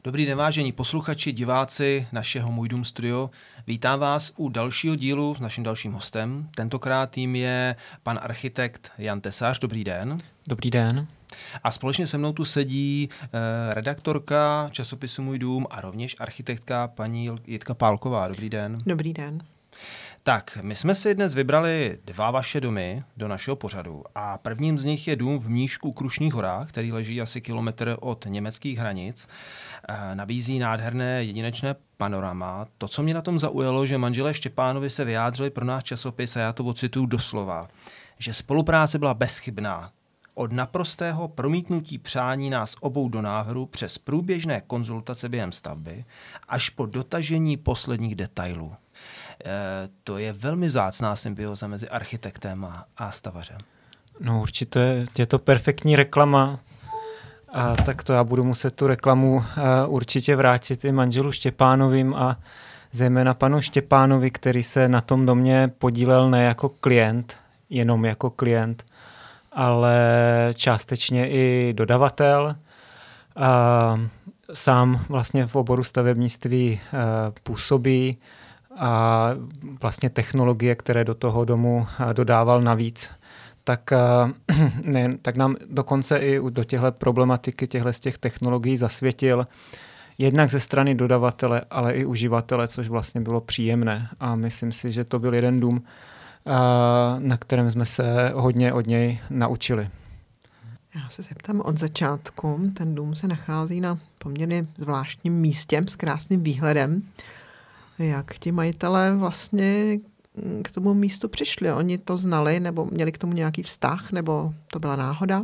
Dobrý den, vážení posluchači, diváci našeho Můj dům studio. Vítám vás u dalšího dílu s naším dalším hostem. Tentokrát jím je pan architekt Jan Tesař. Dobrý den. Dobrý den. A společně se mnou tu sedí redaktorka časopisu Můj dům a rovněž architektka paní Jitka Pálková. Dobrý den. Dobrý den. Tak, my jsme si dnes vybrali dva vaše domy do našeho pořadu a prvním z nich je dům v Mníšku u Krušných horách, který leží asi kilometr od německých hranic. Nabízí nádherné jedinečné panorama. To, co mě na tom zaujalo, že manželé Štěpánovi se vyjádřili pro náš časopis, a já to ocituju doslova, že spolupráce byla bezchybná. Od naprostého promítnutí přání nás obou do návrhu přes průběžné konzultace během stavby až po dotažení posledních detailů. To je velmi vzácná symbioza mezi architektem a stavařem. No určitě je to perfektní reklama. A tak to já budu muset tu reklamu určitě vrátit i manželu Štěpánovým a zejména panu Štěpánovi, který se na tom domě podílel ne jako klient, jenom jako klient, ale částečně i dodavatel. Sám vlastně v oboru stavebnictví působí a vlastně technologie, které do toho domu dodával navíc, tak nám dokonce i do těchto problematiky, z těch technologií zasvětil jednak ze strany dodavatele, ale i uživatele, což vlastně bylo příjemné. A myslím si, že to byl jeden dům, na kterém jsme se hodně od něj naučili. Já se zeptám od začátku. Ten dům se nachází na poměrně zvláštním místě s krásným výhledem. Jak ti majitelé vlastně k tomu místu přišli? Oni to znali, nebo měli k tomu nějaký vztah, nebo to byla náhoda?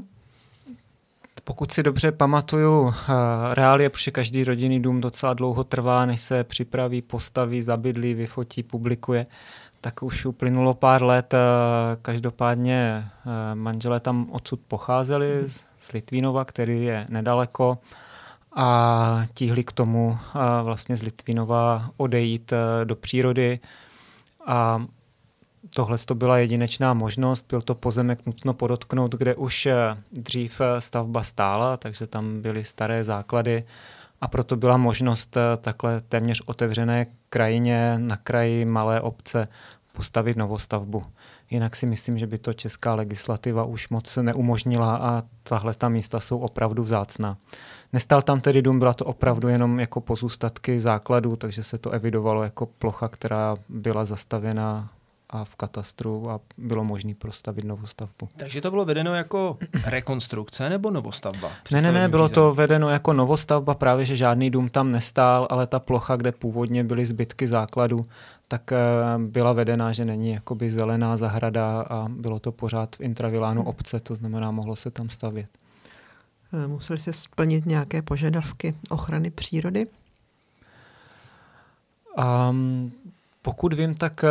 Pokud si dobře pamatuju reálie, protože každý rodinný dům docela dlouho trvá, než se připraví, postaví, zabydlí, vyfotí, publikuje, tak už uplynulo pár let. Každopádně manželé tam odsud pocházeli, z Litvínova, který je nedaleko, a tíhli k tomu vlastně z Litvínova odejít do přírody. A tohle to byla jedinečná možnost. Byl to pozemek, nutno podotknout, kde už dřív stavba stála, takže tam byly staré základy a proto byla možnost takhle téměř otevřené krajině na kraji malé obce postavit novostavbu. Jinak si myslím, že by to česká legislativa už moc neumožnila a tahle ta místa jsou opravdu vzácná. Nestál tam tedy dům, byla to opravdu jenom jako pozůstatky základů, takže se to evidovalo jako plocha, která byla zastavěna a v katastru a bylo možné prostavit novostavbu. Takže to bylo vedeno jako rekonstrukce nebo novostavba? Ne, bylo to vedeno jako novostavba, právě že žádný dům tam nestál, ale ta plocha, kde původně byly zbytky základu, tak byla vedena, že není jakoby zelená zahrada a bylo to pořád v intravilánu obce, to znamená, mohlo se tam stavět. Museli se splnit nějaké požadavky ochrany přírody? Pokud vím, tak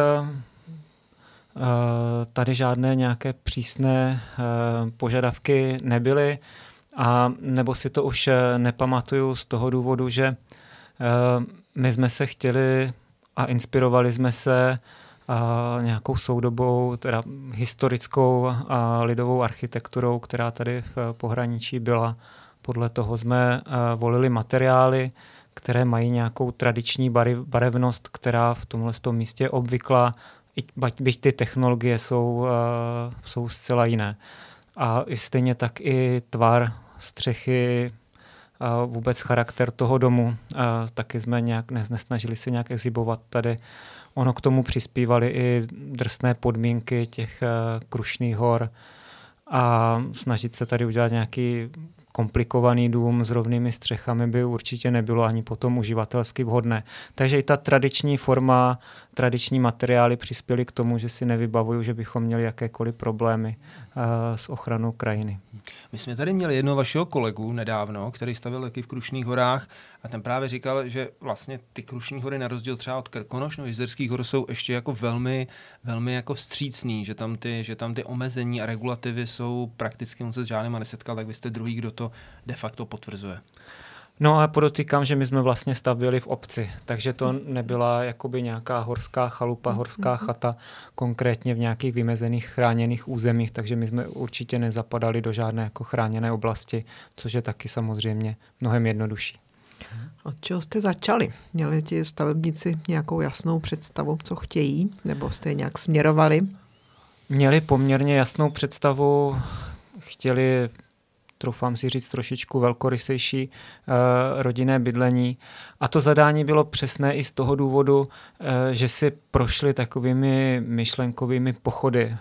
tady žádné nějaké přísné požadavky nebyly, a nebo si to už nepamatuju z toho důvodu, že my jsme se chtěli a inspirovali jsme se nějakou soudobou, teda historickou a lidovou architekturou, která tady v pohraničí byla. Podle toho jsme volili materiály, které mají nějakou tradiční barevnost, která v tomhle místě je obvyklá, byť ty technologie jsou zcela jiné. A stejně tak i tvar střechy, vůbec charakter toho domu. Taky jsme nesnažili se nějak exhibovat tady. Ono k tomu přispívali i drsné podmínky těch Krušných hor a snažit se tady udělat nějaký komplikovaný dům s rovnými střechami by určitě nebylo ani potom uživatelsky vhodné. Takže i ta tradiční forma, tradiční materiály přispěly k tomu, že si nevybavuju, že bychom měli jakékoliv problémy s ochranou krajiny. My jsme tady měli jednoho vašeho kolegu nedávno, který stavěl taky v Krušných horách a ten právě říkal, že vlastně ty Krušní hory na rozdíl třeba od Krkonoš nebo Jizerských hor jsou ještě jako velmi, velmi jako vstřícný, že tam ty omezení a regulativy jsou prakticky, on se s žádnýma nesetkal, tak vy jste druhý, kdo to de facto potvrzuje. No a podotýkám, že my jsme vlastně stavěli v obci, takže to nebyla jakoby nějaká horská chalupa, horská chata, konkrétně v nějakých vymezených chráněných územích, takže my jsme určitě nezapadali do žádné jako chráněné oblasti, což je taky samozřejmě mnohem jednodušší. Od čeho jste začali? Měli ti stavebníci nějakou jasnou představu, co chtějí, nebo jste je nějak směrovali? Měli poměrně jasnou představu, chtěli, troufám si říct, trošičku velkorysejší rodinné bydlení. A to zadání bylo přesné i z toho důvodu, že si prošli takovými myšlenkovými pochody.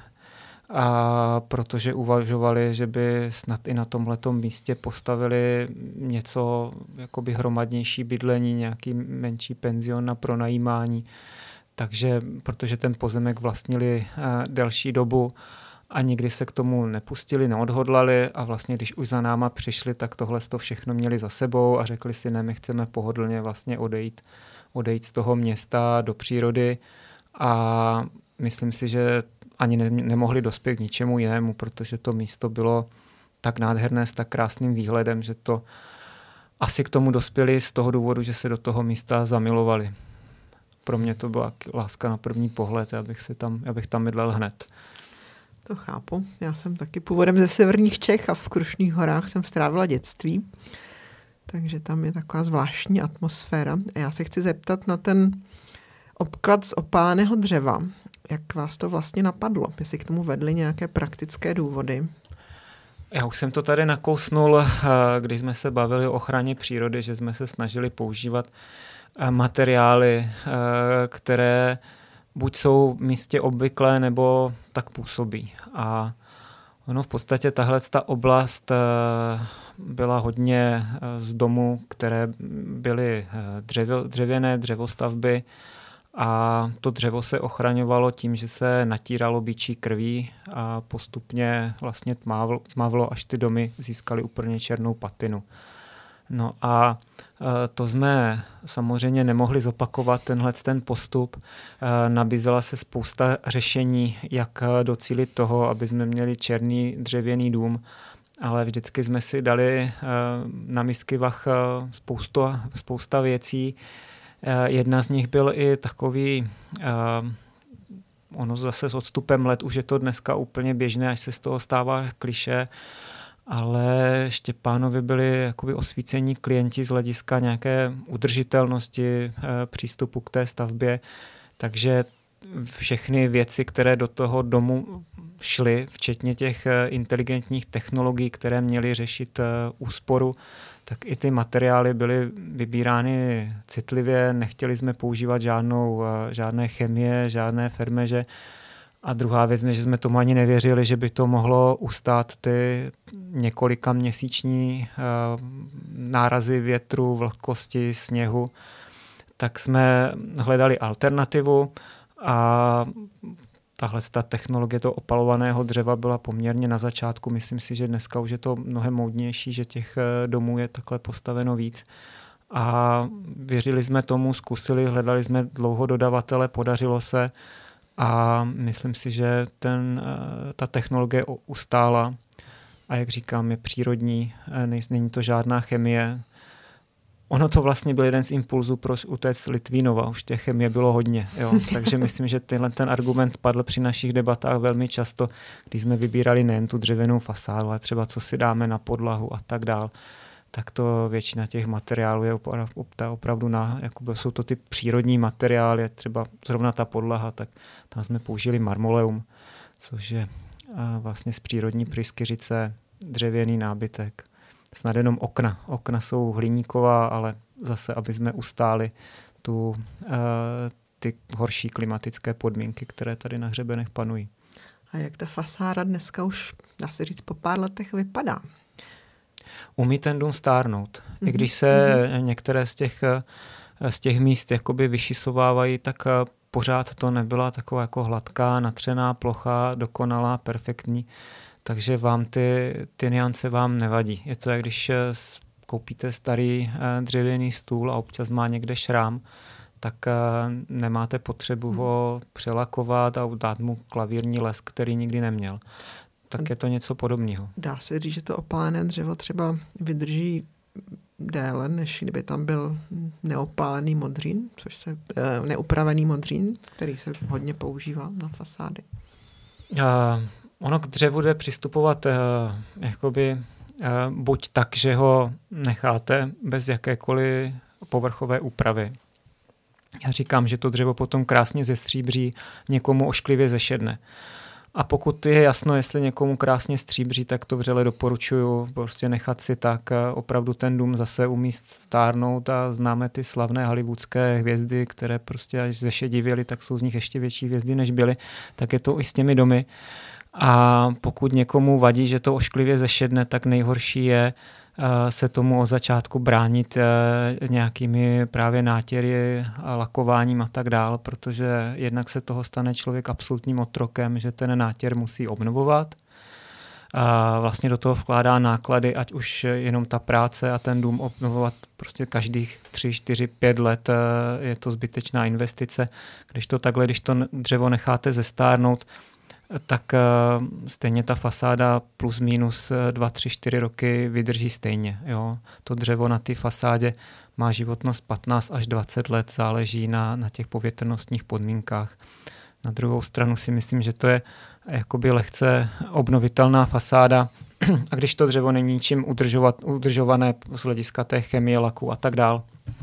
A protože uvažovali, že by snad i na tomhletom místě postavili něco jakoby hromadnější bydlení, nějaký menší penzion na pronajímání. Takže, protože ten pozemek vlastnili delší dobu a nikdy se k tomu nepustili, neodhodlali a vlastně, když už za náma přišli, tak tohle to všechno měli za sebou a řekli si, ne, my chceme pohodlně vlastně odejít z toho města do přírody a myslím si, že ani nemohli dospět k ničemu jinému, protože to místo bylo tak nádherné s tak krásným výhledem, že to asi k tomu dospěli z toho důvodu, že se do toho místa zamilovali. Pro mě to byla láska na první pohled, abych tam bydlel hned. To chápu. Já jsem taky původem ze severních Čech a v Krušných horách jsem strávila dětství, takže tam je taková zvláštní atmosféra. A já se chci zeptat na ten obklad z opáleného dřeva. Jak vás to vlastně napadlo? Jestli k tomu vedly nějaké praktické důvody? Já už jsem to tady nakousnul, když jsme se bavili o ochraně přírody, že jsme se snažili používat materiály, které buď jsou v místě obvyklé, nebo tak působí. A ono v podstatě tahle oblast byla hodně z domů, které byly dřevěné dřevostavby a to dřevo se ochraňovalo tím, že se natíralo bičí krví a postupně vlastně tmavlo, až ty domy získaly úplně černou patinu. No a to jsme samozřejmě nemohli zopakovat ten postup. Nabízela se spousta řešení, jak docílit toho, aby jsme měli černý dřevěný dům, ale vždycky jsme si dali na misky vah spousta věcí. Jedna z nich byl i takový, ono zase s odstupem let, už je to dneska úplně běžné, až se z toho stává klišé, ale Štěpánovi byli jakoby osvícení klienti z hlediska nějaké udržitelnosti přístupu k té stavbě, takže všechny věci, které do toho domu šly, včetně těch inteligentních technologií, které měly řešit úsporu, tak i ty materiály byly vybírány citlivě, nechtěli jsme používat žádné chemie, žádné fermeže. A druhá věc, že jsme tomu ani nevěřili, že by to mohlo ustát ty několika měsíční nárazy větru, vlhkosti, sněhu. Tak jsme hledali alternativu a tahle technologie toho opalovaného dřeva byla poměrně na začátku. Myslím si, že dneska už je to mnohem módnější, že těch domů je takhle postaveno víc. A věřili jsme tomu, zkusili, hledali jsme dlouho dodavatele, podařilo se a myslím si, že ta technologie ustála a jak říkám, je přírodní, není to žádná chemie. Ono to vlastně byl jeden z impulzů, proč utéct z Litvínova, už těch chemie bylo hodně. Jo? Takže myslím, že ten argument padl při našich debatách velmi často, když jsme vybírali nejen tu dřevěnou fasádu, ale třeba co si dáme na podlahu a tak dál. Tak to většina těch materiálů je opravdu jsou to ty přírodní materiály, třeba zrovna ta podlaha, tak tam jsme použili marmoleum, což je vlastně z přírodní pryskyřice dřevěný nábytek. Snad jenom okna. Okna jsou hliníková, ale zase, aby jsme ustáli ty horší klimatické podmínky, které tady na hřebenech panují. A jak ta fasáda dneska už, dá se říct, po pár letech vypadá? Umí ten dům stárnout. I když se některé z těch míst jakoby vyšisovávají, tak pořád to nebyla taková jako hladká, natřená plocha, dokonalá, perfektní. Takže vám ty niance vám nevadí. Je to, jak když koupíte starý dřevěný stůl a občas má někde šrám, tak nemáte potřebu ho přelakovat a dát mu klavírní lesk, který nikdy neměl. Tak je to něco podobného. Dá se říct, že to opálené dřevo třeba vydrží déle, než kdyby tam byl neopálený modřín, neupravený modřín, který se hodně používá na fasády. Ono k dřevu jde přistupovat jakoby buď tak, že ho necháte bez jakékoliv povrchové úpravy. Já říkám, že to dřevo potom krásně zestříbří, někomu ošklivě zešedne. A pokud je jasno, jestli někomu krásně stříbří, tak to vřele doporučuju prostě nechat si tak. Opravdu ten dům zase umí stárnout a známe ty slavné hollywoodské hvězdy, které prostě až zešedivěly, tak jsou z nich ještě větší hvězdy, než byly. Tak je to i s těmi domy. A pokud někomu vadí, že to ošklivě zešedne, tak nejhorší je se tomu od začátku bránit nějakými právě nátěry a lakováním a tak dál, protože jednak se toho stane člověk absolutním otrokem, že ten nátěr musí obnovovat. A vlastně do toho vkládá náklady, ať už jenom ta práce a ten dům obnovovat prostě každých 3, 4, 5 let je to zbytečná investice. Když to dřevo necháte zestárnout, tak stejně ta fasáda plus minus 2, 3, 4 roky vydrží stejně. Jo. To dřevo na té fasádě má životnost 15 až 20 let, záleží na těch povětrnostních podmínkách. Na druhou stranu si myslím, že to je jakoby lehce obnovitelná fasáda a když to dřevo není ničím udržované z hlediska té chemie, laku a tak dál,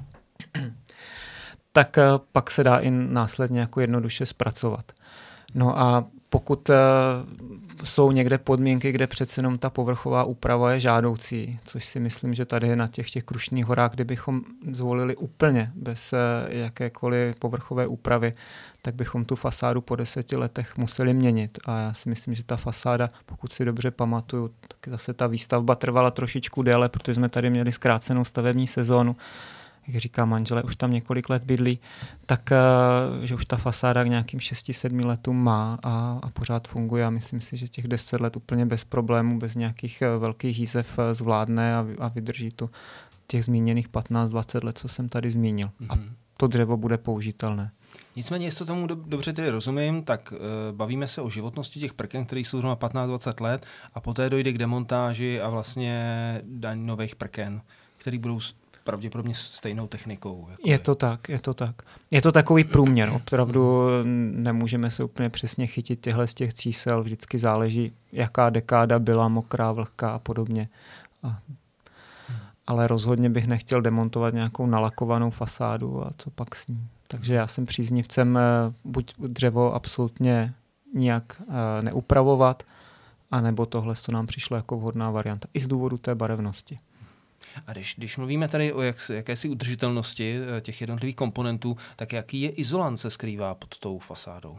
tak pak se dá i následně jako jednoduše zpracovat. No a pokud jsou někde podmínky, kde přece jenom ta povrchová úprava je žádoucí, což si myslím, že tady na těch Krušných horách, kdybychom zvolili úplně bez jakékoliv povrchové úpravy, tak bychom tu fasádu po 10 letech museli měnit. A já si myslím, že ta fasáda, pokud si dobře pamatuju, tak zase ta výstavba trvala trošičku déle, protože jsme tady měli zkrácenou stavební sezónu. Jak říká manželé, už tam několik let bydlí, tak že už ta fasáda k nějakým 6-7 letům má a pořád funguje a myslím si, že těch 10 let úplně bez problémů, bez nějakých velkých jízev zvládne a vydrží to těch zmíněných 15-20 let, co jsem tady zmínil. A to dřevo bude použitelné. Nicméně, jestli tomu dobře tedy rozumím, tak bavíme se o životnosti těch prken, které jsou zhruba 15-20 let a poté dojde k demontáži a vlastně daň nových prken, které budou pravděpodobně stejnou technikou. Je to tak. Je to takový průměr. Opravdu nemůžeme se úplně přesně chytit těchto z těch čísel. Vždycky záleží, jaká dekáda byla mokrá, vlhká a podobně. Ale rozhodně bych nechtěl demontovat nějakou nalakovanou fasádu a co pak s ní. Takže já jsem příznivcem buď dřevo absolutně nijak neupravovat, anebo tohle to nám přišlo jako vhodná varianta. I z důvodu té barevnosti. A když mluvíme tady o jakési udržitelnosti těch jednotlivých komponentů, tak jaký je izolant se skrývá pod tou fasádou?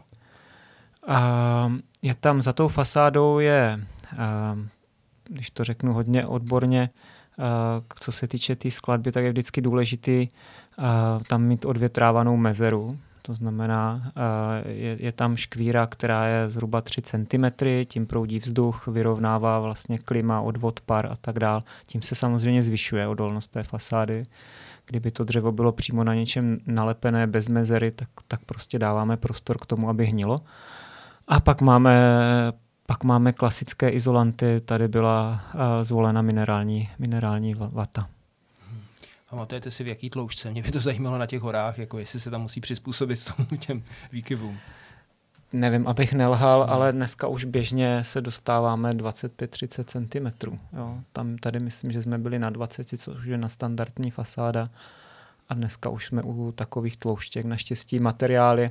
Je tam za tou fasádou když to řeknu hodně odborně, co se týče té skladby, tak je vždycky důležitý tam mít odvětrávanou mezeru. To znamená, je tam škvíra, která je zhruba 3 cm, tím proudí vzduch, vyrovnává vlastně klima, odvod, par a tak dál. Tím se samozřejmě zvyšuje odolnost té fasády. Kdyby to dřevo bylo přímo na něčem nalepené bez mezery, tak prostě dáváme prostor k tomu, aby hnilo. A pak máme klasické izolanty, tady byla zvolena minerální vata. Pamatujete si, v jaký tloušťce? Mě by to zajímalo na těch horách, jako jestli se tam musí přizpůsobit těm výkyvům. Nevím, abych nelhal, ale dneska už běžně se dostáváme 25-30 cm. Jo. Tady myslím, že jsme byli na 20, což je na standardní fasáda. A dneska už jsme u takových tlouštěk. Naštěstí materiály,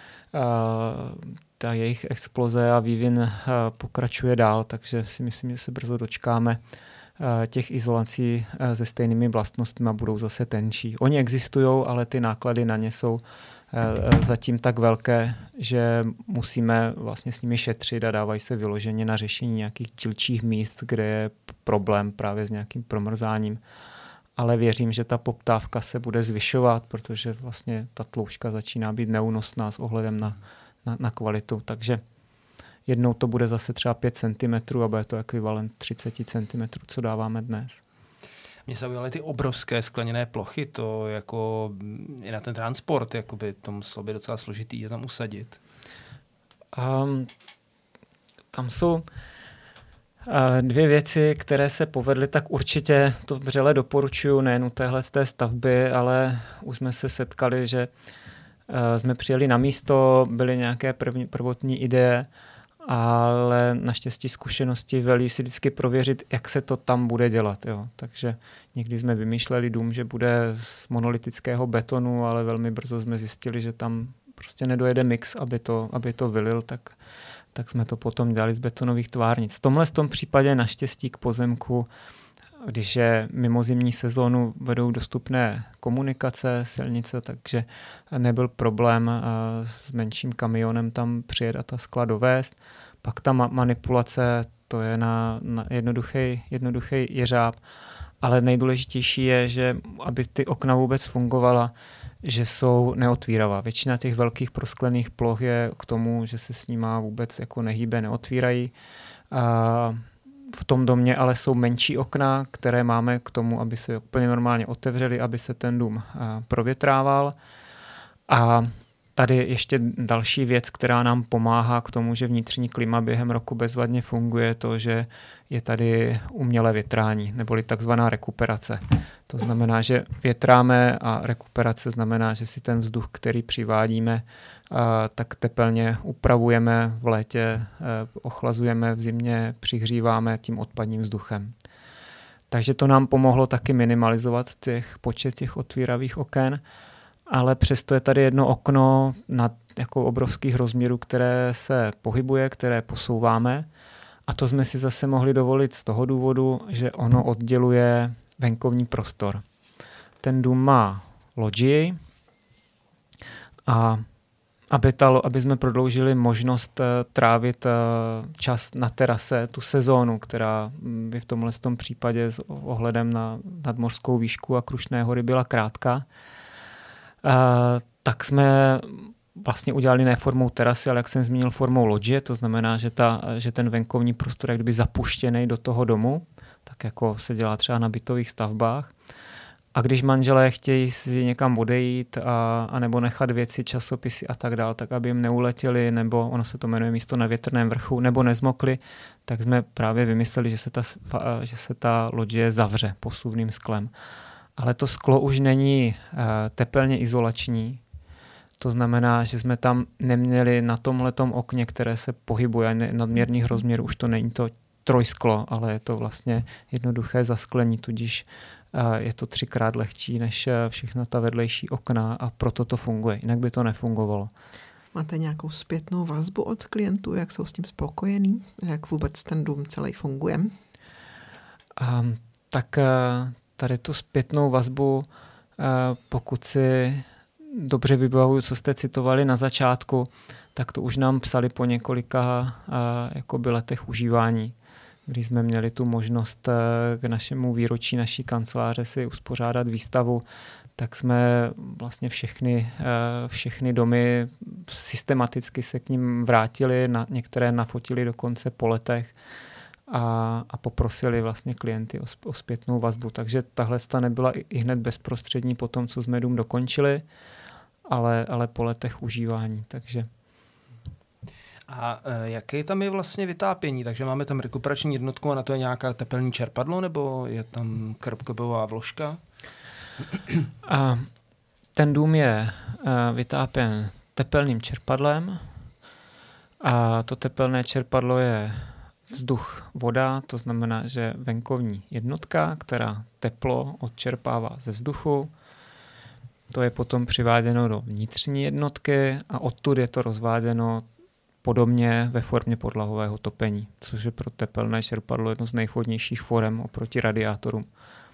ta jejich exploze a vývin pokračuje dál, takže si myslím, že se brzo dočkáme těch izolací se stejnými vlastnostmi a budou zase tenčí. Oni existují, ale ty náklady na ně jsou zatím tak velké, že musíme vlastně s nimi šetřit a dávají se vyloženě na řešení nějakých dílčích míst, kde je problém právě s nějakým promrzáním. Ale věřím, že ta poptávka se bude zvyšovat, protože vlastně ta tloušťka začíná být neúnosná s ohledem na kvalitu. Takže jednou to bude zase třeba 5 cm a bude to ekvivalent 30 cm, co dáváme dnes. Mě zaujaly ty obrovské skleněné plochy, to jako i na ten transport, jakoby tom slobě docela složitý je tam usadit. Tam jsou dvě věci, které se povedly, tak určitě to vřele doporučuju nejen u téhle stavby, ale už jsme se setkali, že jsme přijeli na místo, byly nějaké prvotní ideje ale naštěstí zkušenosti velí si vždycky prověřit, jak se to tam bude dělat. Jo. Takže někdy jsme vymýšleli dům, že bude z monolitického betonu, ale velmi brzo jsme zjistili, že tam prostě nedojede mix, aby to vylil, tak jsme to potom dělali z betonových tvárnic. V tomhle případě naštěstí k pozemku, když je mimo zimní sezónu, vedou dostupné komunikace, silnice, takže nebyl problém s menším kamionem tam přijet a ta skla dovést. Pak ta manipulace, to je na jednoduchý jeřáb, ale nejdůležitější je, že aby ty okna vůbec fungovala, že jsou neotvíravá. Většina těch velkých prosklených ploch je k tomu, že se s nima vůbec jako nehýbe, neotvírají. V tom domě ale jsou menší okna, které máme k tomu, aby se úplně normálně otevřely, aby se ten dům provětrával. A tady ještě další věc, která nám pomáhá k tomu, že vnitřní klima během roku bezvadně funguje, to, že je tady umělé větrání, neboli takzvaná rekuperace. To znamená, že větráme a rekuperace znamená, že si ten vzduch, který přivádíme, tak tepelně upravujeme v létě, ochlazujeme v zimě, přihříváme tím odpadním vzduchem. Takže to nám pomohlo taky minimalizovat počet těch otvíravých oken, ale přesto je tady jedno okno na jako obrovských rozměrů, které se pohybuje, které posouváme. A to jsme si zase mohli dovolit z toho důvodu, že ono odděluje venkovní prostor. Ten dům má lodžii a aby jsme prodloužili možnost trávit čas na terase, tu sezónu, která by v tomhle případě s ohledem na nadmořskou výšku a Krušné hory byla krátká, tak jsme vlastně udělali ne formou terasy, ale jak jsem zmínil, formou lodže, to znamená, že ten venkovní prostor je kdyby zapuštěný do toho domu, tak jako se dělá třeba na bytových stavbách. A když manželé chtějí si někam odejít a nebo nechat věci, časopisy a tak dál, tak aby jim neuletěli, nebo ono se to jmenuje místo na větrném vrchu, nebo nezmokli, tak jsme právě vymysleli, že se ta lodže zavře posuvným sklem. Ale to sklo už není tepelně izolační. To znamená, že jsme tam neměli na tomhletom okně, které se pohybuje nadměrných rozměrů, už to není to trojsklo, ale je to vlastně jednoduché zasklení, tudíž je to 3x lehčí než všechna ta vedlejší okna a proto to funguje. Jinak by to nefungovalo. Máte nějakou zpětnou vazbu od klientů, jak jsou s tím spokojení? Jak vůbec ten dům celý funguje? Tak tady tu zpětnou vazbu, pokud si dobře vybavuju, co jste citovali na začátku, tak to už nám psali po několika jakoby letech užívání, kdy jsme měli tu možnost k našemu výročí naší kanceláře si uspořádat výstavu, tak jsme vlastně všechny domy systematicky se k ním vrátili, některé nafotili dokonce po letech a poprosili vlastně klienty o zpětnou vazbu. Takže tahle nebyla i hned bezprostřední po tom, co jsme dům dokončili, ale po letech užívání. Takže. A jaké tam je vlastně vytápění? Takže máme tam rekuperační jednotku a na to je nějaká tepelní čerpadlo, nebo je tam krabková vložka? Ten dům je vytápěn tepelným čerpadlem a to tepelné čerpadlo je vzduch, voda, to znamená, že venkovní jednotka, která teplo odčerpává ze vzduchu, to je potom přiváděno do vnitřní jednotky a odtud je to rozváděno podobně ve formě podlahového topení, což je pro tepelné čerpadlo jedno z nejvhodnějších forem oproti radiátorům.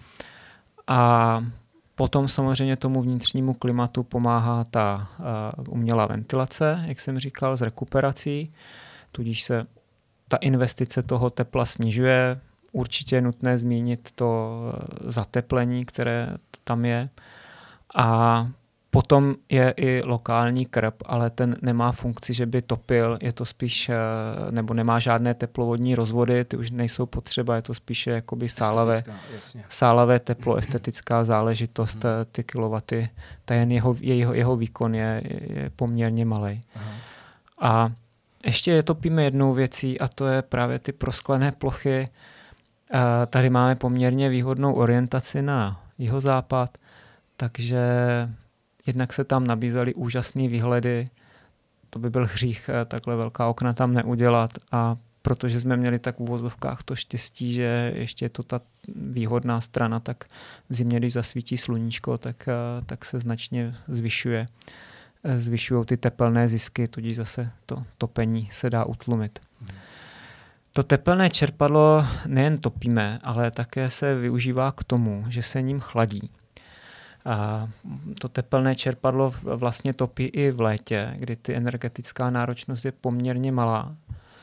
A potom samozřejmě tomu vnitřnímu klimatu pomáhá ta umělá ventilace, jak jsem říkal, s rekuperací, tudíž se ta investice toho tepla snižuje. Určitě je nutné zmínit to zateplení, které tam je. A potom je i lokální krb, ale ten nemá funkci, že by topil, je to spíš, nebo nemá žádné teplovodní rozvody, ty už nejsou potřeba, je to spíše jakoby sálavé teplo, estetická záležitost, ty kilowaty, ten jeho výkon je poměrně malej. A ještě je topíme jednou věcí a to je právě ty prosklené plochy. Tady máme poměrně výhodnou orientaci na jihozápad, takže jednak se tam nabízely úžasné výhledy. to by byl hřích takhle velká okna tam neudělat a protože jsme měli tak v uvozovkách to štěstí, že ještě je to ta výhodná strana, tak v zimě, když zasvítí sluníčko, tak se značně zvyšují ty tepelné zisky, tudíž zase to topení se dá utlumit. To tepelné čerpadlo nejen topíme, ale také se využívá k tomu, že se ním chladí. A to tepelné čerpadlo vlastně topí i v létě, kdy ty energetická náročnost je poměrně malá.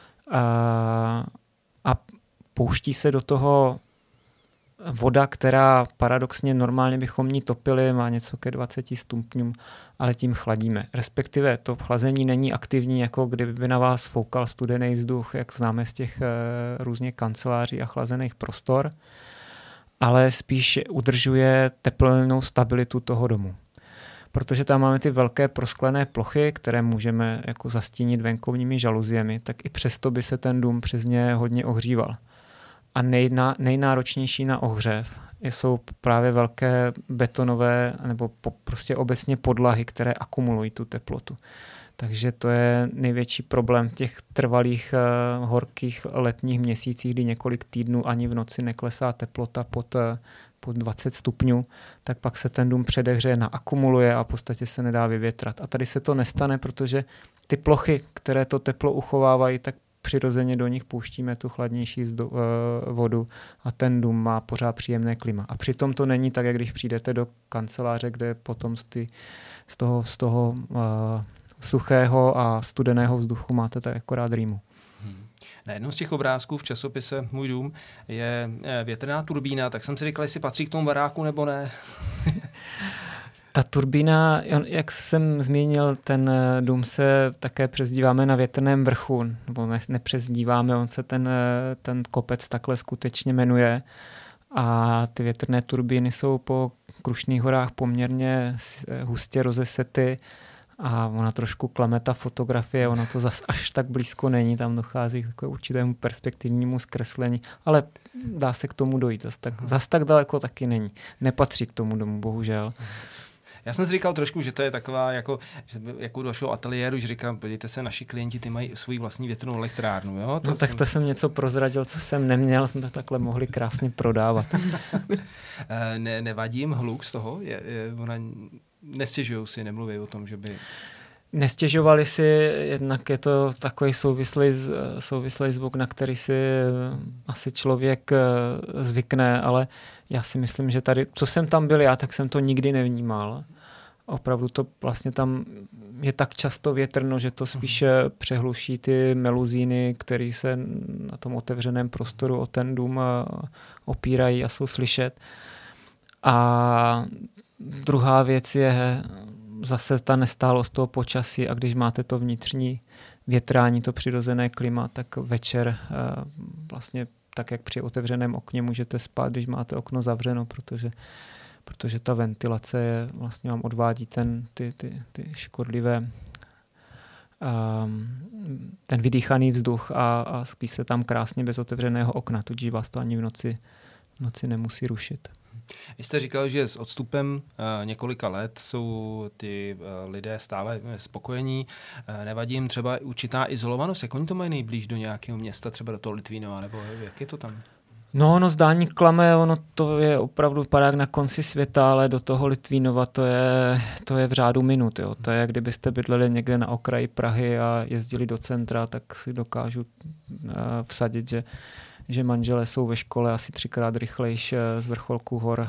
A pouští se do toho voda, která paradoxně normálně bychom ní topili, má něco ke 20 stupňům, ale tím chladíme. Respektive to chlazení není aktivní, jako kdyby na vás foukal studený vzduch, jak známe z těch různě kanceláří a chlazených prostor, ale spíš udržuje teplnou stabilitu toho domu. Protože tam máme ty velké prosklené plochy, které můžeme jako zastínit venkovními žaluziemi, tak i přesto by se ten dům přes ně hodně ohříval. A nejnáročnější na ohřev jsou právě velké betonové nebo prostě obecně podlahy, které akumulují tu teplotu. Takže to je největší problém v těch trvalých horkých letních měsících, kdy několik týdnů ani v noci neklesá teplota pod 20 stupňů, tak pak se ten dům předehřeje, naakumuluje a v podstatě se nedá vyvětrat. A tady se to nestane, protože ty plochy, které to teplo uchovávají, tak přirozeně do nich pouštíme tu chladnější vodu a ten dům má pořád příjemné klima. A přitom to není tak, jak když přijdete do kanceláře, kde potom z toho suchého a studeného vzduchu máte tak akorát rýmu. Na jednom z těch obrázků v časopise Můj dům je větrná turbína, tak jsem si říkal, jestli patří k tomu baráku nebo ne. Ta turbína, jak jsem zmínil, ten dům se také přezdíváme na Větrném vrchu, nebo nepřezdíváme, on se ten kopec takhle skutečně jmenuje a ty větrné turbíny jsou po Krušných horách poměrně hustě rozesety a ona trošku klame ta fotografie, ono to zas až tak blízko není, tam dochází k určitému perspektivnímu zkreslení, ale dá se k tomu dojít, zas tak daleko taky není. Nepatří k tomu domu, bohužel. Já jsem si říkal trošku, že to je taková jako do vašeho ateliéru, že říkám, podívejte se, naši klienti, ty mají svou vlastní větrnou elektrárnu. Jo? To jsem něco prozradil, co jsem neměl, jsme to takhle mohli krásně prodávat. Nevadí jim hluk z toho? Nestěžují si, nemluví o tom, že by... Nestěžovali si, jednak je to takový souvislý zvuk, na který si asi člověk zvykne, ale já si myslím, že tady, co jsem tam byl já, tak jsem to nikdy nevnímal. Opravdu to vlastně tam je tak často větrno, že to spíše přehluší ty meluzíny, které se na tom otevřeném prostoru o ten dům opírají a jsou slyšet. A druhá věc je zase ta nestálost toho počasí a když máte to vnitřní větrání, to přirozené klima, tak večer vlastně tak, jak při otevřeném okně můžete spát, když máte okno zavřeno, protože ta ventilace vlastně vám odvádí ty škodlivé ten vydýchaný vzduch a spí se tam krásně bez otevřeného okna, tudíž vás to ani v noci nemusí rušit. Vy jste říkal, že s odstupem několika let jsou ty lidé stále spokojení. Nevadí jim třeba určitá izolovanost? Jak oni to mají nejblíž do nějakého města, třeba do toho Litvínova, nebo jak je to tam? No, zdání klame, ono to je opravdu vypadá na konci světa, ale do toho Litvínova to je v řádu minut. Jo. To je, kdybyste bydleli někde na okraji Prahy a jezdili do centra, tak si dokážu vsadit, že manželé jsou ve škole asi 3krát rychlejší z vrcholku hor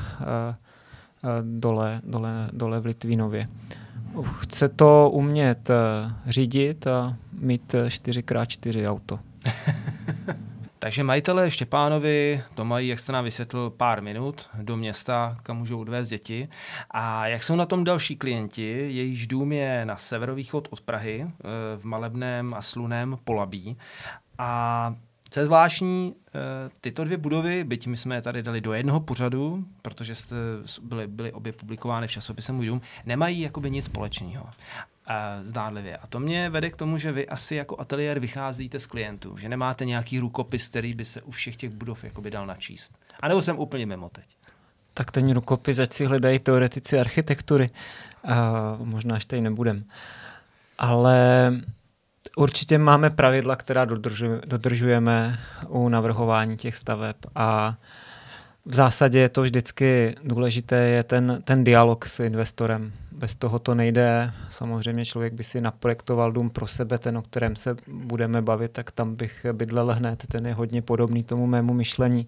dole v Litvínově. Chce to umět řídit a mít 4x4 auto. Takže majitelé Štěpánovi to mají, jak jste nám vysvětlil, pár minut do města, kam můžou odvést děti. A jak jsou na tom další klienti? Jejíž dům je na severovýchod od Prahy, v malebném a slunném Polabí. A co je zvláštní, tyto dvě budovy, byť my jsme je tady dali do jednoho pořadu, protože jste byly obě publikovány v časopise Můj dům, nemají jakoby nic společného. Zdánlivě. A to mě vede k tomu, že vy asi jako ateliér vycházíte z klientů, že nemáte nějaký rukopis, který by se u všech těch budov jakoby dal načíst. A nebo jsem úplně mimo teď. Tak ten rukopis, ať si hledají teoretici architektury. A možná až tady nebudem. Ale určitě máme pravidla, která dodržujeme u navrhování těch staveb a v zásadě je to vždycky důležité, je ten dialog s investorem. Bez toho to nejde. Samozřejmě člověk by si naprojektoval dům pro sebe, ten, o kterém se budeme bavit, tak tam bych bydlel hned. Ten je hodně podobný tomu mému myšlení.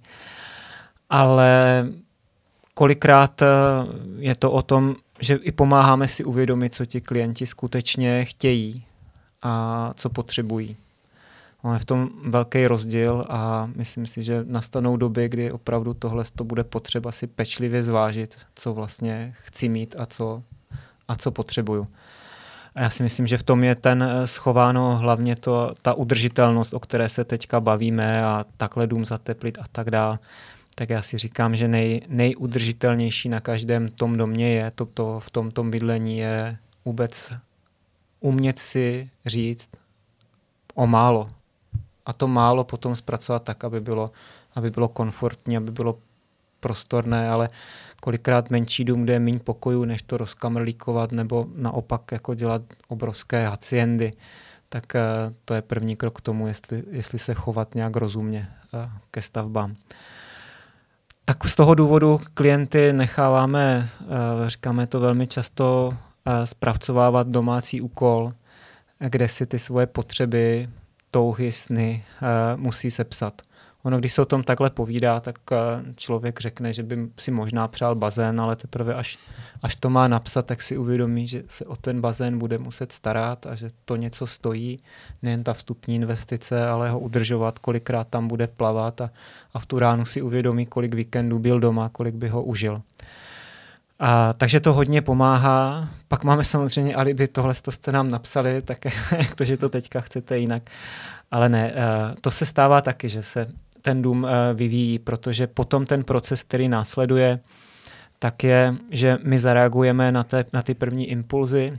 Ale kolikrát je to o tom, že i pomáháme si uvědomit, co ti klienti skutečně chtějí a co potřebují. Je v tom velký rozdíl a myslím si, že nastanou doby, kdy opravdu tohle to bude potřeba si pečlivě zvážit, co vlastně chci mít a co potřebuju. A já si myslím, že v tom je schováno hlavně ta udržitelnost, o které se teďka bavíme a takhle dům zateplit a tak dále. Tak já si říkám, že nejudržitelnější na každém tom domě je v tomto bydlení je vůbec umět si říct o málo. A to málo potom zpracovat tak, aby bylo komfortní, aby bylo prostorné, ale kolikrát menší dům, kde je méně pokojů, než to rozkamrlíkovat, nebo naopak jako dělat obrovské haciendy, tak to je první krok k tomu, jestli se chovat nějak rozumně ke stavbám. Tak z toho důvodu klienty necháváme, říkáme to velmi často, zpracovávat domácí úkol, kde si ty svoje potřeby, touhy, sny musí sepsat. Ono, když se o tom takhle povídá, tak člověk řekne, že by si možná přál bazén, ale teprve až to má napsat, tak si uvědomí, že se o ten bazén bude muset starat a že to něco stojí, nejen ta vstupní investice, ale ho udržovat, kolikrát tam bude plavat a v tu ránu si uvědomí, kolik víkendů byl doma, kolik by ho užil. Takže to hodně pomáhá. Pak máme samozřejmě alibi, tohle jste nám napsali, tak jak to, že to teďka chcete jinak. Ale ne, to se stává taky, že se ten dům vyvíjí, protože potom ten proces, který následuje, tak je, že my zareagujeme na ty první impulzy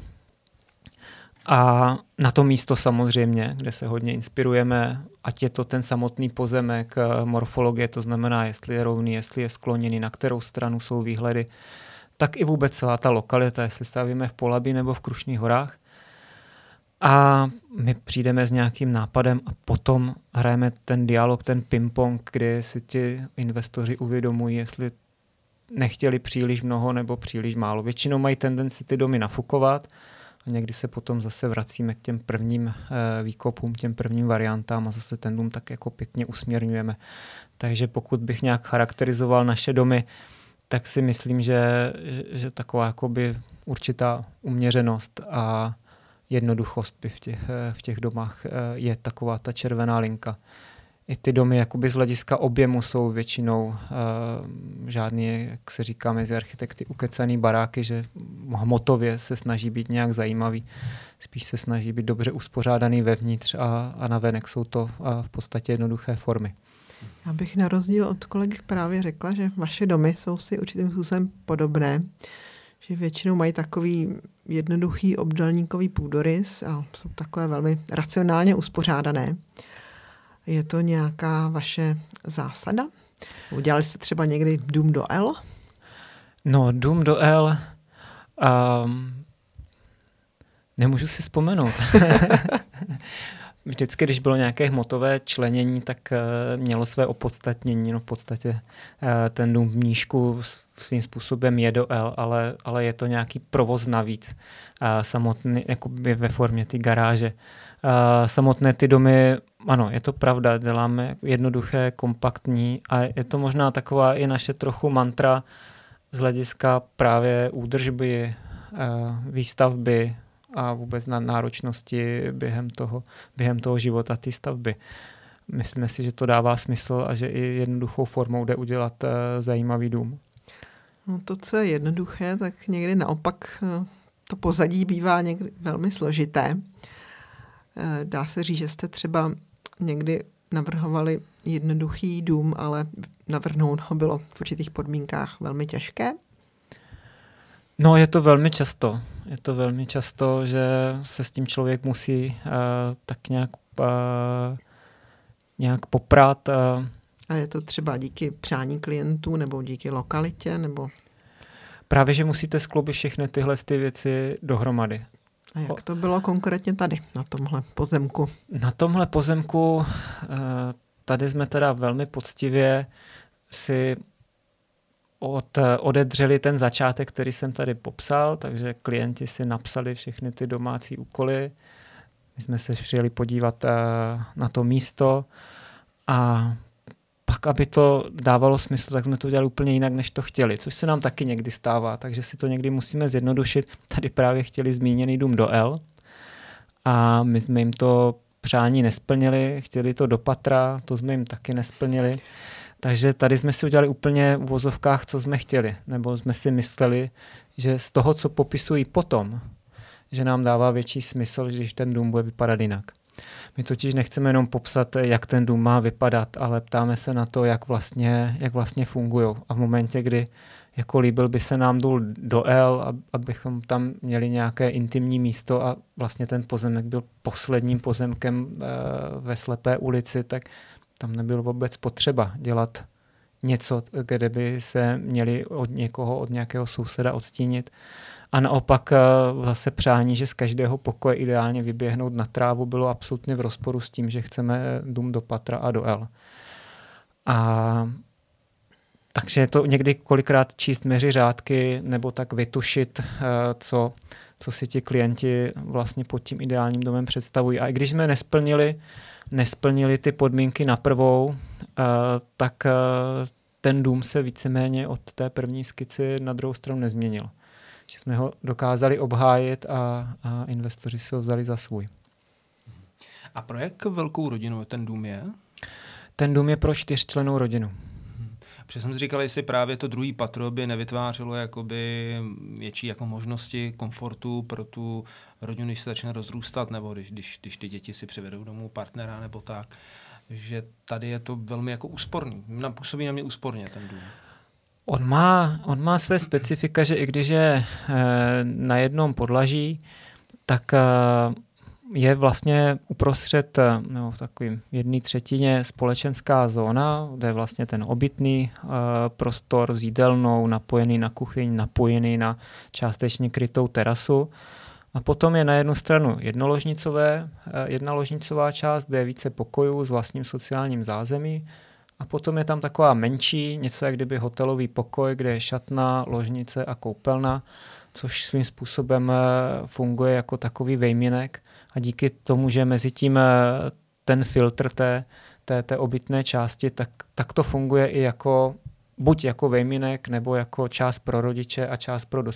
a na to místo samozřejmě, kde se hodně inspirujeme, ať je to ten samotný pozemek, morfologie, to znamená, jestli je rovný, jestli je skloněný, na kterou stranu jsou výhledy, tak i vůbec celá ta lokalita, jestli stavíme v Polabí nebo v Krušných horách. A my přijdeme s nějakým nápadem a potom hrajeme ten dialog, ten ping-pong, kdy si ti investoři uvědomují, jestli nechtěli příliš mnoho nebo příliš málo. Většinou mají tendenci ty domy nafukovat a někdy se potom zase vracíme k těm prvním výkopům, těm prvním variantám a zase ten dům tak jako pěkně usměrňujeme. Takže pokud bych nějak charakterizoval naše domy, tak si myslím, že taková jakoby určitá uměřenost a jednoduchost by v těch domách je taková ta červená linka. I ty domy jakoby z hlediska objemu jsou většinou žádný, jak se říká mezi architekty, ukecaný baráky, že hmotově se snaží být nějak zajímavý. Spíš se snaží být dobře uspořádaný vevnitř a navenek jsou to v podstatě jednoduché formy. Já bych na rozdíl od kolegy právě řekla, že vaše domy jsou si určitým způsobem podobné, že většinou mají takový jednoduchý obdélníkový půdorys a jsou takové velmi racionálně uspořádané. Je to nějaká vaše zásada? Udělali jste třeba někdy dům do L? No, dům do L... nemůžu si vzpomenout. Vždycky, když bylo nějaké hmotové členění, tak mělo své opodstatnění. No v podstatě ten dům v Mníšku svým způsobem je do L, ale je to nějaký provoz navíc. Samotný, jakoby ve formě ty garáže. Samotné ty domy, ano, je to pravda, děláme jednoduché, kompaktní a je to možná taková i naše trochu mantra z hlediska právě údržby, výstavby, a vůbec na náročnosti během toho života té stavby. Myslíme si, že to dává smysl a že i jednoduchou formou jde udělat zajímavý dům. No to, co je jednoduché, tak někdy naopak to pozadí bývá někdy velmi složité. Dá se říct, že jste třeba někdy navrhovali jednoduchý dům, ale navrhnout ho bylo v určitých podmínkách velmi těžké? No, je to velmi často. Je to velmi často, že se s tím člověk musí tak nějak poprat. A je to třeba díky přání klientů nebo díky lokalitě? Nebo... Právě, že musíte skloubit všechny tyhle ty věci dohromady. A jak to bylo konkrétně tady, na tomhle pozemku? Na tomhle pozemku tady jsme teda velmi poctivě si odedřeli ten začátek, který jsem tady popsal, takže klienti si napsali všechny ty domácí úkoly. My jsme se přijeli podívat na to místo a pak, aby to dávalo smysl, tak jsme to udělali úplně jinak, než to chtěli, což se nám taky někdy stává, takže si to někdy musíme zjednodušit. Tady právě chtěli zmíněný dům do L a my jsme jim to přání nesplnili, chtěli to do patra, to jsme jim taky nesplnili. Takže tady jsme si udělali úplně v uvozovkách, co jsme chtěli, nebo jsme si mysleli, že z toho, co popisují potom, že nám dává větší smysl, když ten dům bude vypadat jinak. My totiž nechceme jenom popsat, jak ten dům má vypadat, ale ptáme se na to, jak vlastně fungují. A v momentě, kdy jako líbil by se nám důl do L, abychom tam měli nějaké intimní místo a vlastně ten pozemek byl posledním pozemkem ve slepé ulici, tak tam nebylo vůbec potřeba dělat něco, kde by se měli od nějakého souseda odstínit. A naopak zase přání, že z každého pokoje ideálně vyběhnout na trávu, bylo absolutně v rozporu s tím, že chceme dům do patra a do L. A takže je to někdy kolikrát číst meři řádky nebo tak vytušit, co si ti klienti vlastně pod tím ideálním domem představují. A i když jsme nesplnili ty podmínky na prvou, tak ten dům se víceméně od té první skici na druhou stranu nezměnil. Že jsme ho dokázali obhájit a investoři si ho vzali za svůj. A pro jak velkou rodinu ten dům je? Ten dům je pro 4člennou rodinu. Protože jsem si říkal, jestli právě to druhý patro by nevytvářelo jakoby větší jako možnosti komfortu pro tu rodinu, když se začne rozrůstat, nebo když ty děti si přivedou domů partnera nebo tak, že tady je to velmi jako úsporný. Působí na mě úsporně ten dům. On má své specifika, že i když je na jednom podlaží, tak je vlastně uprostřed v takovým 1/3 společenská zóna, kde je vlastně ten obytný prostor s jídelnou, napojený na kuchyň, napojený na částečně krytou terasu. A potom je na jednu stranu jednoložnicová část, kde je více pokojů s vlastním sociálním zázemí. A potom je tam taková menší, něco jak kdyby hotelový pokoj, kde je šatna, ložnice a koupelna, což svým způsobem funguje jako takový vejminek. A díky tomu, že mezi tím ten filtr té obytné části, tak to funguje i jako buď jako vejminek, nebo jako část pro rodiče a část pro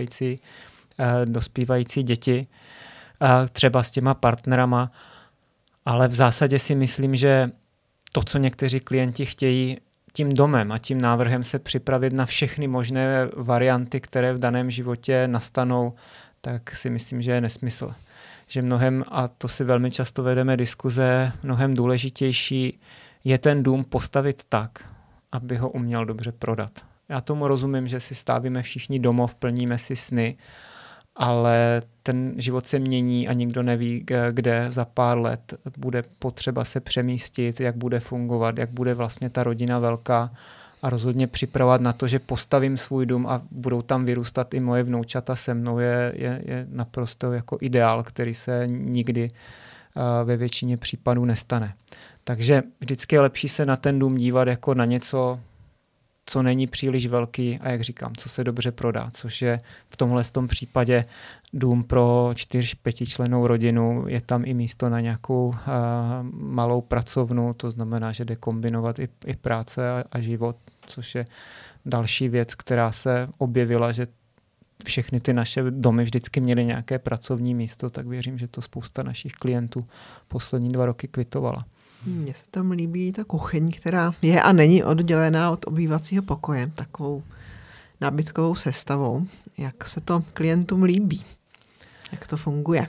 dospívající děti, třeba s těma partnerama. Ale v zásadě si myslím, že to, co někteří klienti chtějí tím domem a tím návrhem se připravit na všechny možné varianty, které v daném životě nastanou, tak si myslím, že je nesmysl. Že mnohem, a to si velmi často vedeme diskuze, mnohem důležitější je ten dům postavit tak, aby ho uměl dobře prodat. Já tomu rozumím, že si stavíme všichni domov, plníme si sny, ale ten život se mění a nikdo neví, kde za pár let bude potřeba se přemístit, jak bude fungovat, jak bude vlastně ta rodina velká a rozhodně připravovat na to, že postavím svůj dům a budou tam vyrůstat i moje vnoučata se mnou, je naprosto jako ideál, který se nikdy ve většině případů nestane. Takže vždycky je lepší se na ten dům dívat jako na něco, co není příliš velký a jak říkám, co se dobře prodá, což je v tomhle případě dům pro 4-5člennou rodinu, je tam i místo na nějakou malou pracovnu, to znamená, že jde kombinovat i práce a život, což je další věc, která se objevila, že všechny ty naše domy vždycky měly nějaké pracovní místo, tak věřím, že to spousta našich klientů poslední 2 roky kvitovala. Mně se tam líbí ta kuchyň, která je a není oddělená od obývacího pokoje, takovou nábytkovou sestavou. Jak se to klientům líbí? Jak to funguje?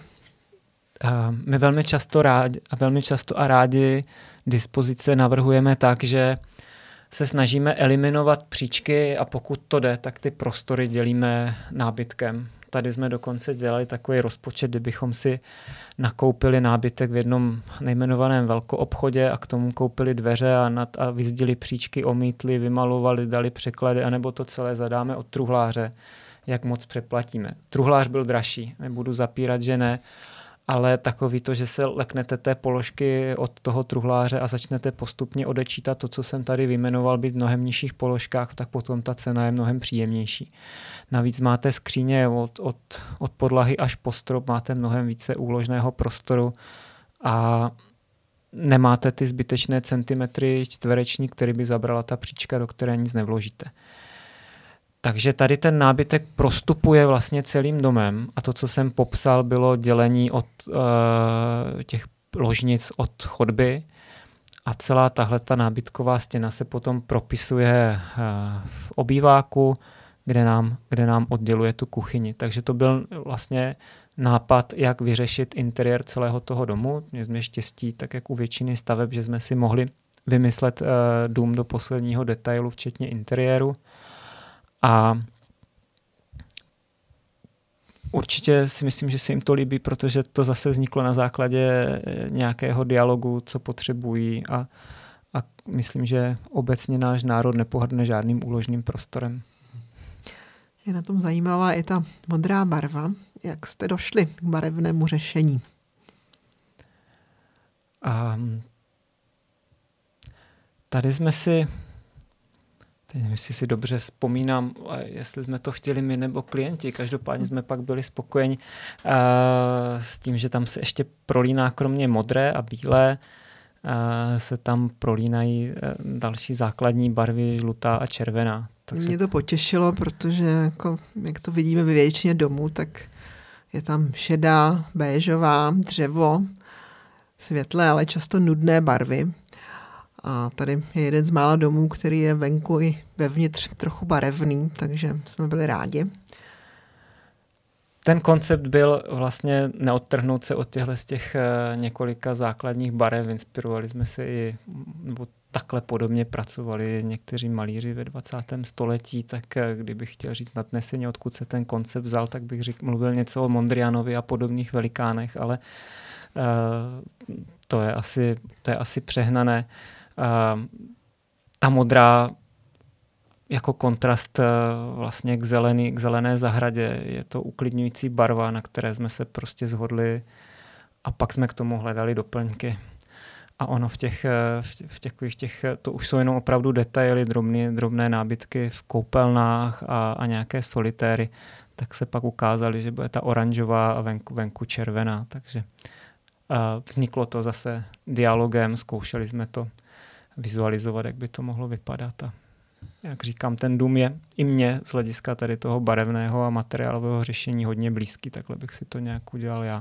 My velmi často a rádi dispozice navrhujeme tak, že se snažíme eliminovat příčky a pokud to jde, tak ty prostory dělíme nábytkem. Tady jsme dokonce dělali takový rozpočet, kdybychom si nakoupili nábytek v jednom nejmenovaném velkoobchodě a k tomu koupili dveře a vyzdili příčky, omítli, vymalovali, dali překlady, anebo to celé zadáme od truhláře. jak moc přeplatíme. Truhlář byl dražší, nebudu zapírat, že ne, ale takový to, že se leknete té položky od toho truhláře a začnete postupně odečítat to, co jsem tady vyjmenoval, být v mnohem nižších položkách, tak potom ta cena je mnohem příjemnější. Navíc máte skříně od podlahy až po strop, máte mnohem více úložného prostoru a nemáte ty zbytečné centimetry čtvereční, který by zabrala ta příčka, do které nic nevložíte. Takže tady ten nábytek prostupuje vlastně celým domem a to, co jsem popsal, bylo dělení od těch ložnic od chodby a celá tahleta nábytková stěna se potom propisuje v obýváku, kde nám odděluje tu kuchyni. Takže to byl vlastně nápad, jak vyřešit interiér celého toho domu. Měli jsme štěstí, tak jak u většiny staveb, že jsme si mohli vymyslet dům do posledního detailu, včetně interiéru. A určitě si myslím, že se jim to líbí, protože to zase vzniklo na základě nějakého dialogu, co potřebují a myslím, že obecně náš národ nepohrdne žádným úložným prostorem. Je na tom zajímavá i ta modrá barva. Jak jste došli k barevnému řešení? Tady jsme si, teď nevím, jestli si dobře vzpomínám, jestli jsme to chtěli my nebo klienti. Každopádně jsme pak byli spokojeni s tím, že tam se ještě prolíná kromě modré a bílé, se tam prolínají další základní barvy, žlutá a červená. Takže mě to potěšilo, protože jako, jak to vidíme ve většině domů, tak je tam šedá, béžová, dřevo, světlé, ale často nudné barvy. A tady je jeden z mála domů, který je venku i vevnitř trochu barevný, takže jsme byli rádi. Ten koncept byl vlastně neodtrhnout se od z těch několika základních barev. Inspirovali jsme se i, nebo takhle podobně pracovali někteří malíři ve 20. století, tak kdybych chtěl říct nadneseně, odkud se ten koncept vzal, tak bych mluvil něco o Mondrianovi a podobných velikánech, ale to je asi přehnané. Ta modrá jako kontrast vlastně k zelené zahradě. Je to uklidňující barva, na které jsme se prostě shodli a pak jsme k tomu hledali doplňky. A ono v těch, to už jsou jenom opravdu detaily, drobné nábytky v koupelnách a nějaké solitéry, tak se pak ukázali, že bude ta oranžová a venku červená. Takže vzniklo to zase dialogem, zkoušeli jsme to vizualizovat, jak by to mohlo vypadat. A jak říkám, ten dům je i mně z hlediska tady toho barevného a materiálového řešení hodně blízký, takhle bych si to nějak udělal já.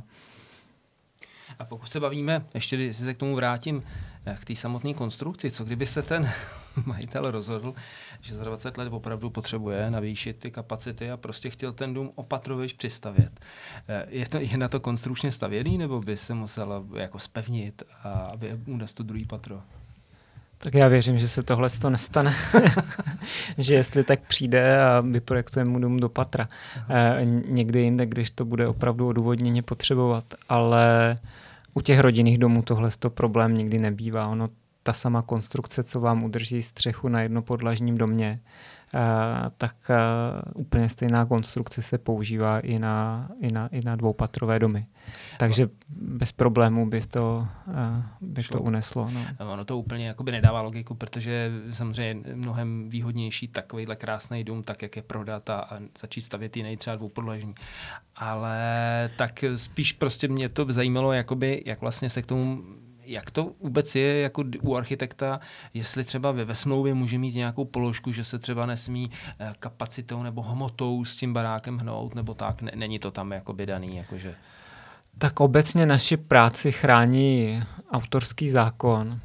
A pokud se bavíme, ještě když se k tomu vrátím, k té samotné konstrukci, co kdyby se ten majitel rozhodl, že za 20 let opravdu potřebuje navýšit ty kapacity a prostě chtěl ten dům opatrovejš přistavět. Je na to konstrukčně stavěný, nebo by se musel jako zpevnit a aby mu dát to druhý patro? Tak já věřím, že se tohle nestane. Že jestli tak přijde a vyprojektujeme mu dům do patra. Někdy jinde, když to bude opravdu odůvodněně potřebovat. Ale u těch rodinných domů tohle problém nikdy nebývá. Ono, ta sama konstrukce, co vám udrží střechu na jednopodlažním domě, tak úplně stejná konstrukce se používá i na dvoupatrové domy. Takže bez problémů by to uneslo. No. Ono to úplně jakoby nedává logiku, protože samozřejmě je mnohem výhodnější takovýhle krásný dům, tak jak je prodat a začít stavět jiný třeba dvoupodlažní. Ale tak spíš prostě mě to zajímalo, jakoby, jak vlastně se k tomu, jak to vůbec je jako u architekta, jestli třeba ve smlouvě může mít nějakou položku, že se třeba nesmí kapacitou nebo hmotou s tím barákem hnout, nebo tak, není to tam jakoby daný, jakože... Tak obecně naši práci chrání autorský zákon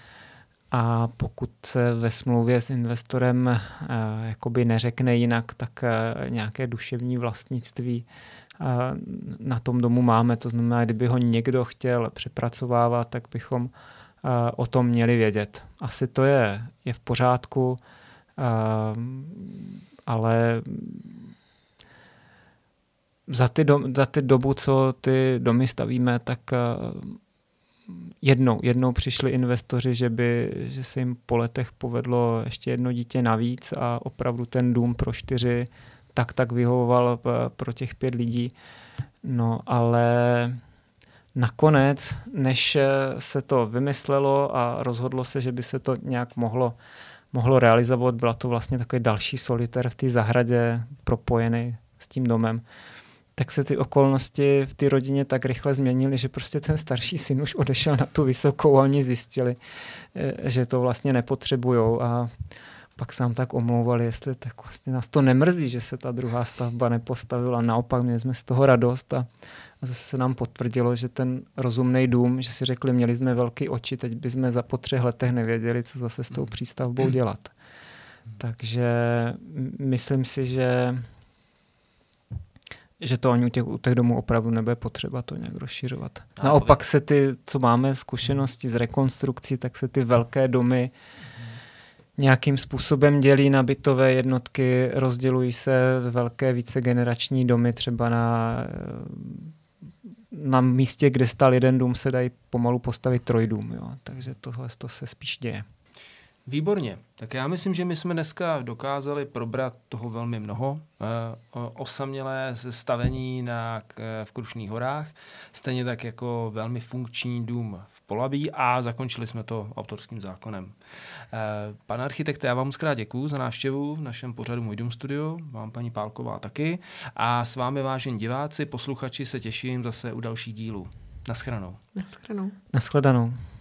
a pokud se ve smlouvě s investorem jakoby neřekne jinak, tak nějaké duševní vlastnictví na tom domu máme. To znamená, kdyby ho někdo chtěl přepracovávat, tak bychom o tom měli vědět. Asi to je v pořádku, ale za ty dobu, co ty domy stavíme, tak jednou přišli investoři, že se jim po letech povedlo ještě jedno dítě navíc a opravdu ten dům pro 4 tak vyhovoval pro těch 5 lidí. No ale nakonec, než se to vymyslelo a rozhodlo se, že by se to nějak mohlo realizovat, byla to vlastně takový další solitér v té zahradě propojený s tím domem, tak se ty okolnosti v té rodině tak rychle změnily, že prostě ten starší syn už odešel na tu vysokou a oni zjistili, že to vlastně nepotřebujou a pak se nám tak omlouvali, jestli tak vlastně nás to nemrzí, že se ta druhá stavba nepostavila. Naopak měli jsme z toho radost a zase se nám potvrdilo, že ten rozumný dům, že si řekli, měli jsme velký oči, teď bychom za po 3 letech nevěděli, co zase s tou přístavbou dělat. Takže myslím si, že to ani u těch domů opravdu nebude potřeba to nějak rozšiřovat. Naopak se ty, co máme zkušenosti z rekonstrukcí, tak se ty velké domy nějakým způsobem dělí na bytové jednotky, rozdělují se velké vícegenerační domy, třeba na místě, kde stál jeden dům, se dají pomalu postavit 3 dům. Jo. Takže tohle se spíš děje. Výborně. Tak já myslím, že my jsme dneska dokázali probrat toho velmi mnoho. Osamělé stavení v Krušných horách, stejně tak jako velmi funkční dům v Polabí a zakončili jsme to autorským zákonem. Pane architekte, já vám moc krát děkuju za návštěvu v našem pořadu Můj dům studio, vám paní Pálková taky a s vámi vážení diváci, posluchači se těším zase u dalších dílů. Naschledanou. Naschledanou. Naschledanou.